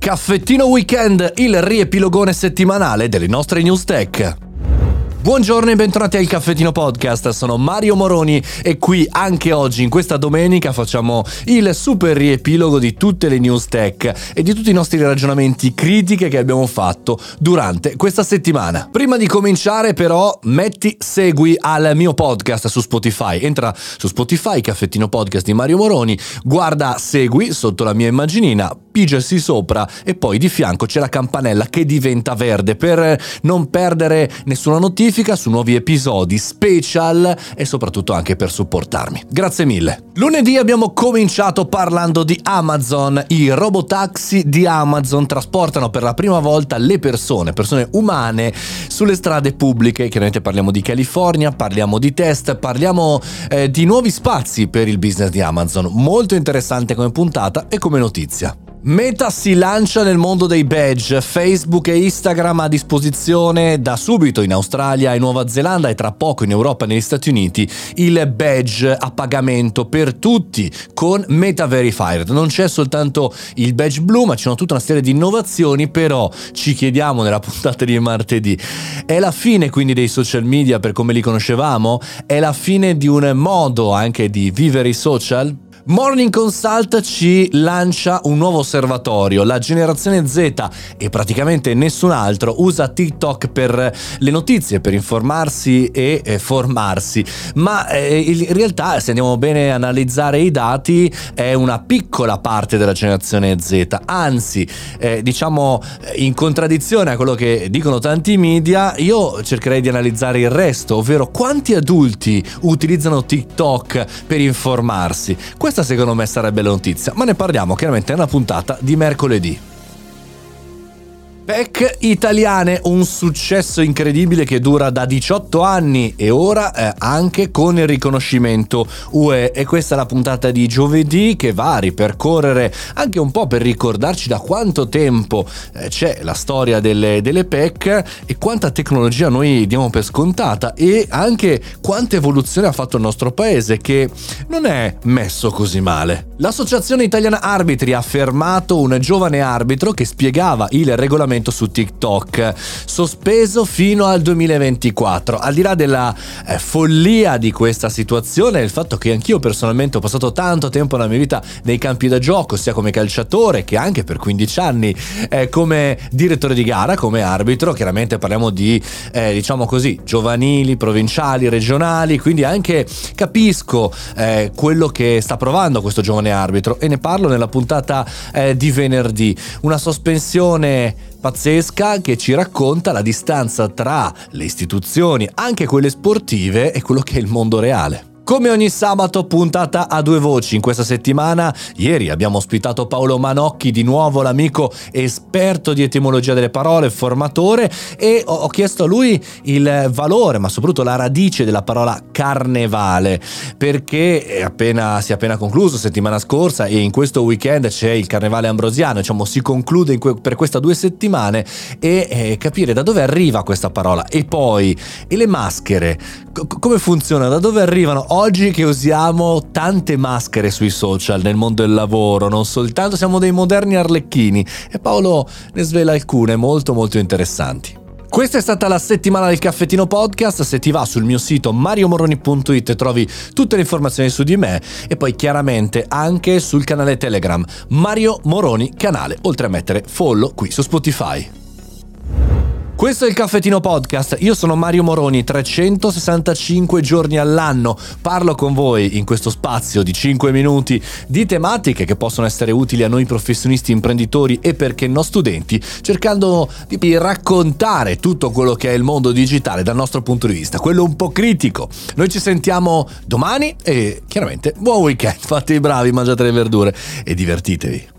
Caffettino Weekend, il riepilogone settimanale delle nostre news tech. Buongiorno e bentornati al Caffettino Podcast, sono Mario Moroni e qui anche oggi in questa domenica facciamo il super riepilogo di tutte le news tech e di tutti i nostri ragionamenti critiche che abbiamo fatto durante questa settimana. Prima di cominciare però metti segui al mio podcast su Spotify, entra su Spotify, Caffettino Podcast di Mario Moroni, guarda segui sotto la mia immaginina, pigiasi sopra e poi di fianco c'è la campanella che diventa verde per non perdere nessuna notifica su nuovi episodi special e soprattutto anche per supportarmi. Grazie mille. Lunedì abbiamo cominciato parlando di Amazon. I robotaxi di Amazon trasportano per la prima volta le persone umane sulle strade pubbliche. Chiaramente parliamo di California, parliamo di test, parliamo di nuovi spazi per il business di Amazon. Molto interessante come puntata e come notizia. Meta si lancia nel mondo dei badge. Facebook e Instagram a disposizione da subito in Australia e Nuova Zelanda e tra poco in Europa e negli Stati Uniti il badge a pagamento per tutti con Meta Verified. Non c'è soltanto il badge blu, ma c'è tutta una serie di innovazioni. Però ci chiediamo nella puntata di martedì: è la fine quindi dei social media per come li conoscevamo? È la fine di un modo anche di vivere i social? Morning Consult ci lancia un nuovo osservatorio. La generazione Z e praticamente nessun altro usa TikTok per le notizie, per informarsi e formarsi, ma in realtà, se andiamo bene a analizzare i dati, è una piccola parte della generazione Z, anzi diciamo in contraddizione a quello che dicono tanti media. Io cercherei di analizzare il resto, ovvero quanti adulti utilizzano TikTok per informarsi. Questa secondo me sarebbe la notizia, ma ne parliamo chiaramente nella puntata di mercoledì. PEC italiane, un successo incredibile che dura da 18 anni e ora anche con il riconoscimento UE, e questa è la puntata di giovedì che va a ripercorrere anche un po' per ricordarci da quanto tempo c'è la storia delle PEC e quanta tecnologia noi diamo per scontata e anche quanta evoluzione ha fatto il nostro paese, che non è messo così male. L'Associazione Italiana Arbitri ha fermato un giovane arbitro che spiegava il regolamento su TikTok, sospeso fino al 2024. Al di là della follia di questa situazione, il fatto che anch'io personalmente ho passato tanto tempo nella mia vita nei campi da gioco, sia come calciatore che anche per 15 anni come direttore di gara, come arbitro. Chiaramente parliamo di diciamo così giovanili, provinciali, regionali, quindi anche capisco quello che sta provando questo giovane arbitro e ne parlo nella puntata di venerdì. Una sospensione pazzesca che ci racconta la distanza tra le istituzioni, anche quelle sportive, e quello che è il mondo reale. Come ogni sabato, puntata a due voci. In questa settimana, ieri abbiamo ospitato Paolo Manocchi, di nuovo l'amico esperto di etimologia delle parole, formatore, e ho chiesto a lui il valore, ma soprattutto la radice della parola carnevale, perché si è appena concluso settimana scorsa e in questo weekend c'è il carnevale ambrosiano, diciamo si conclude per queste 2 settimane, e capire da dove arriva questa parola. E poi, e le maschere, come funzionano, da dove arrivano? Oggi che usiamo tante maschere sui social, nel mondo del lavoro, non soltanto, siamo dei moderni arlecchini, e Paolo ne svela alcune molto molto interessanti. Questa è stata la settimana del Caffettino Podcast. Se ti va sul mio sito mariomoroni.it trovi tutte le informazioni su di me e poi chiaramente anche sul canale Telegram Mario Moroni Canale, oltre a mettere follow qui su Spotify. Questo è il Caffettino Podcast, io sono Mario Moroni, 365 giorni all'anno parlo con voi in questo spazio di 5 minuti di tematiche che possono essere utili a noi professionisti, imprenditori e perché no studenti, cercando di raccontare tutto quello che è il mondo digitale dal nostro punto di vista, quello un po' critico. Noi ci sentiamo domani e chiaramente buon weekend, fate i bravi, mangiate le verdure e divertitevi.